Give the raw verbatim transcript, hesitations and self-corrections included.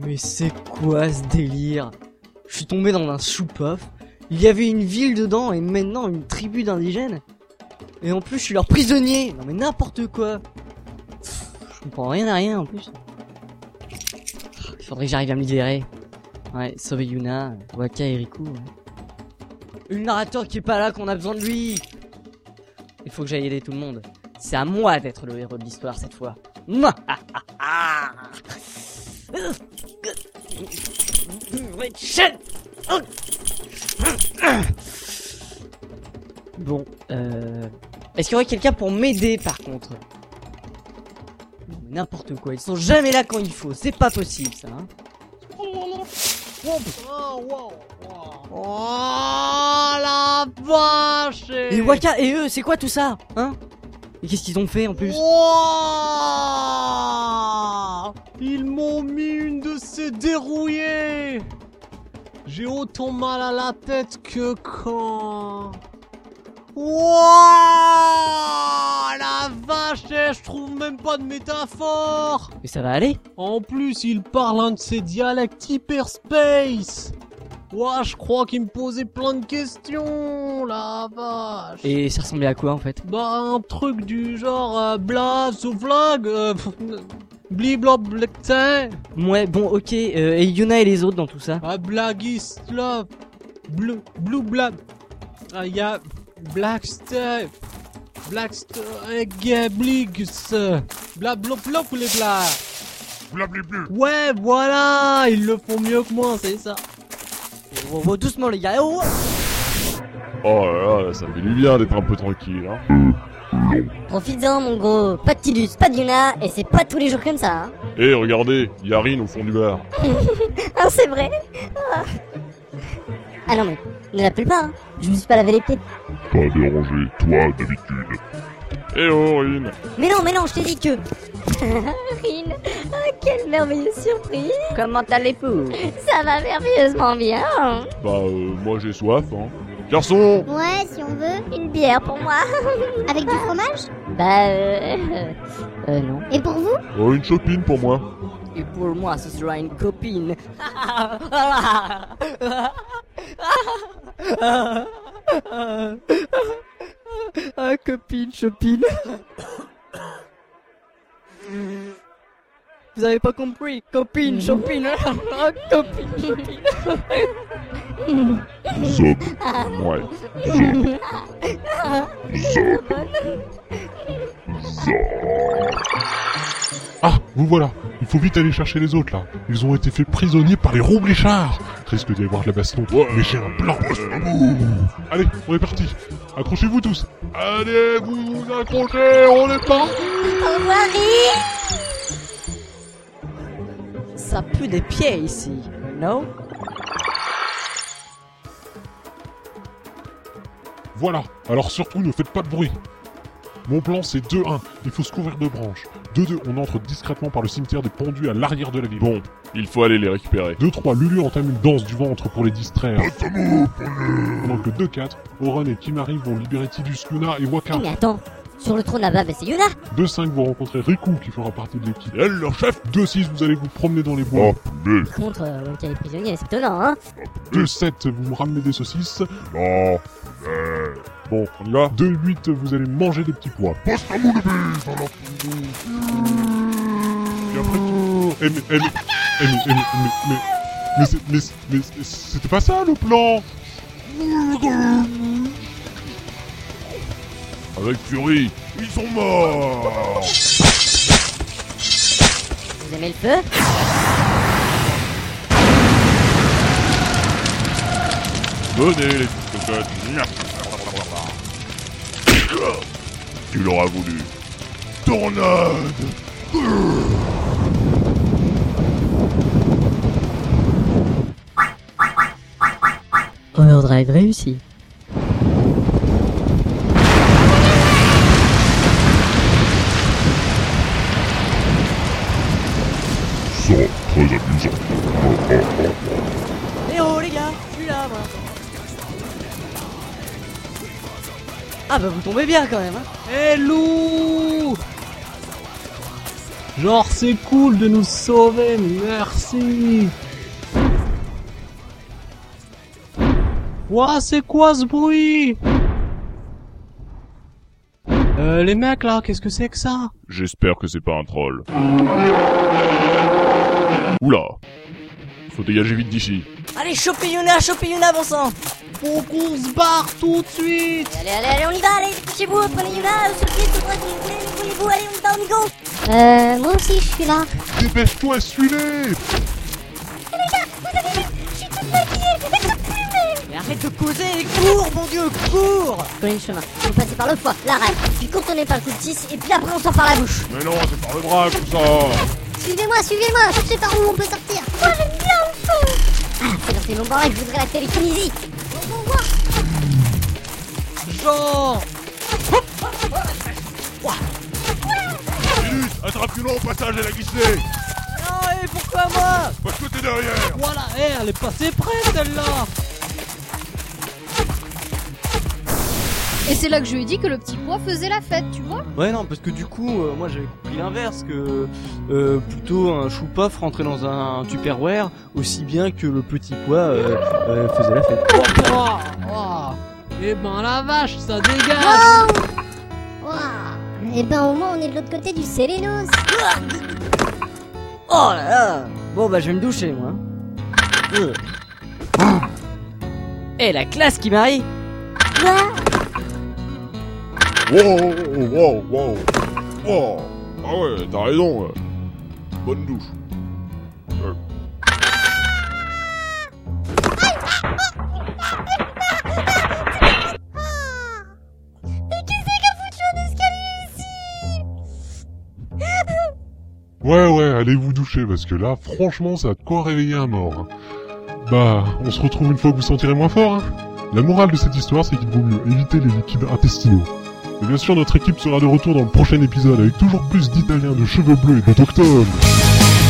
Mais c'est quoi ce délire? Je suis tombé dans un chou-pof. Il y avait une ville dedans et maintenant une tribu d'indigènes. Et en plus je suis leur prisonnier. Non mais n'importe quoi. Pff, je comprends rien à rien en plus. Il faudrait que j'arrive à me libérer. Ouais, sauver Yuna, Wakka et Riku. Ouais. Le narrateur qui est pas là, qu'on a besoin de lui. Il faut que j'aille aider tout le monde. C'est à moi d'être le héros de l'histoire cette fois. Bon, euh... est-ce qu'il y aurait quelqu'un pour m'aider par contre? Non mais n'importe quoi, ils sont jamais là quand il faut, c'est pas possible ça hein. Oh la vache! Et Wakka et eux, c'est quoi tout ça? Hein? Et qu'est-ce qu'ils ont fait en plus? Wow, ils m'ont mis une de ces dérouillées. J'ai autant mal à la tête que quand... Wow, la vache, je trouve même pas de métaphore. Mais ça va aller? En plus, il parle un de ces dialectes hyperspace. Ouah, je crois qu'il me posait plein de questions, la vache. Et ça ressemblait à quoi en fait? Bah, un truc du genre euh, bla, souflag, euh, bliblob, blectin. Ouais, bon, ok, euh, et Yuna et les autres dans tout ça? Ah, blagislov, blue, blue blab. Ah, y'a black stuff, black stuff, bligs, blabloblop ou les bla. Blablabla. Ouais, voilà, ils le font mieux que moi, c'est ça. Oh, oh, doucement les gars, oh. Oh là là, ça me fait du bien d'être un peu tranquille, hein. Profites-en mon gros, pas de Tidus, pas de Yuna, et c'est pas tous les jours comme ça hein. Eh, regardez, y'a Rin au fond du bar. Ah c'est vrai ah. ah non mais, ne l'appelle pas hein, je me suis pas lavé les pieds. Pas dérangé, toi d'habitude. Eh oh, Rin. Mais non, mais non, je t'ai dit que... Rin, ah, quelle merveilleuse surprise. Comment allez-vous? Ça va merveilleusement bien. Bah, euh, moi j'ai soif, hein. Garçon! Ouais, si on veut. Une bière pour moi. Avec du fromage? Bah euh... Euh, euh non. Et pour vous? Oh, une chopine pour moi. Et pour moi, ce sera une copine. Ah, copine, chopine. Vous avez pas compris? Copine, chopine. Ah, copine, chopine. Zob. Ouais. Zob. Zob. Ah, vous voilà. Il faut vite aller chercher les autres, là. Ils ont été faits prisonniers par les roublichards. Risque d'y avoir de la baston. Ouais. Les chiens blancs. Allez, on est parti. Accrochez-vous tous. Allez, vous vous accrochez, on est parti. Au revoir, Rin. Ça pue des pieds ici, non? Voilà. Alors surtout, ne faites pas de bruit. Mon plan, c'est deux un. Il faut se couvrir de branches. deux deux, on entre discrètement par le cimetière des pendus à l'arrière de la ville. Bon, il faut aller les récupérer. deux trois, Lulu entame une danse du ventre pour les distraire. Pendant que deux quatre, Oren et Kimari vont libérer Tidus, Yuna et Wakka. Mais attends, sur le trône là-bas, mais c'est Yuna. deux cinq, vous rencontrez Riku qui fera partie de l'équipe. Et elle, leur chef. deux six, vous allez vous promener dans les bois. Oh, punaise. Par contre, euh, Wakka est prisonnier, c'est étonnant, hein. deux sept, vous me ramenez des saucisses. Non. Euh... Bon, on y va. deux huit, vous allez manger des petits pois. Passe ta moule de bise, Et après, tu... Eh mais, eh mais, eh mais, eh mais, mais, mais, mais, c'est- mais, c'est- mais c'est- c'était pas ça le plan. Avec Fury, ils sont morts. Vous aimez le feu? Venez les petites cocottes. Tu l'auras voulu. Tornade. Overdrive réussi. Ça, très amusant. Eh oh les gars, je suis là moi. Ah bah vous tombez bien quand même hein. Eh loup! Genre c'est cool de nous sauver, merci. Ouah, c'est quoi ce bruit? Euh, les mecs là, qu'est-ce que c'est que ça? J'espère que c'est pas un troll. Oula. Faut dégager vite d'ici. Allez, chopez Yuna, chopez Yuna, bon sang. Faut qu'on se barre tout de suite. Allez, allez, allez, on y va, allez, dépêchez-vous, prenez Yuna, sur le pied, tout droit, débrouillez-vous, allez, on y va, on y go. Euh, moi aussi, je suis là. Dépêche-toi, suis-les! Mais arrête de causer et cours, mon dieu, cours. Je connais le chemin. Faut passer par le foie, la rate, puis contourner par le coup de six, et puis après on sort par la bouche. Mais non, c'est par le bras, tout ça. Suivez-moi, suivez-moi, cherchez par où on peut sortir. Moi j'aime bien le fond. Ah, c'est dans ces moments-là que je voudrais la télékinésie. Genre. Minute, attrape-le au passage, elle a glissé. Non, et pourquoi moi? Parce que t'es derrière. Voilà, eh, elle est passée près celle-là. Et c'est là que je lui ai dit que le petit pois faisait la fête, tu vois. Ouais, non, parce que du coup, euh, moi j'avais compris l'inverse, que euh, plutôt un chou-pof rentrait dans un Tupperware aussi bien que le petit pois euh, euh, faisait la fête. Oh, oh. Eh ben la vache, ça dégage. Wow. Wow. Et ben au moins on est de l'autre côté du Sélénos. Oh là là. Bon bah je vais me doucher moi. Euh. Eh la classe qui marie. Quoi? Wow, wow, wow. Wow. Ah ouais, t'as raison. ouais. Bonne douche. Euh. Ouais, ouais, allez vous doucher, parce que là, franchement, ça a de quoi réveiller un mort. Bah, on se retrouve une fois que vous sentirez moins fort, hein. La morale de cette histoire, c'est qu'il vaut mieux éviter les liquides intestinaux. Et bien sûr, notre équipe sera de retour dans le prochain épisode avec toujours plus d'Italiens de cheveux bleus et d'autochtones.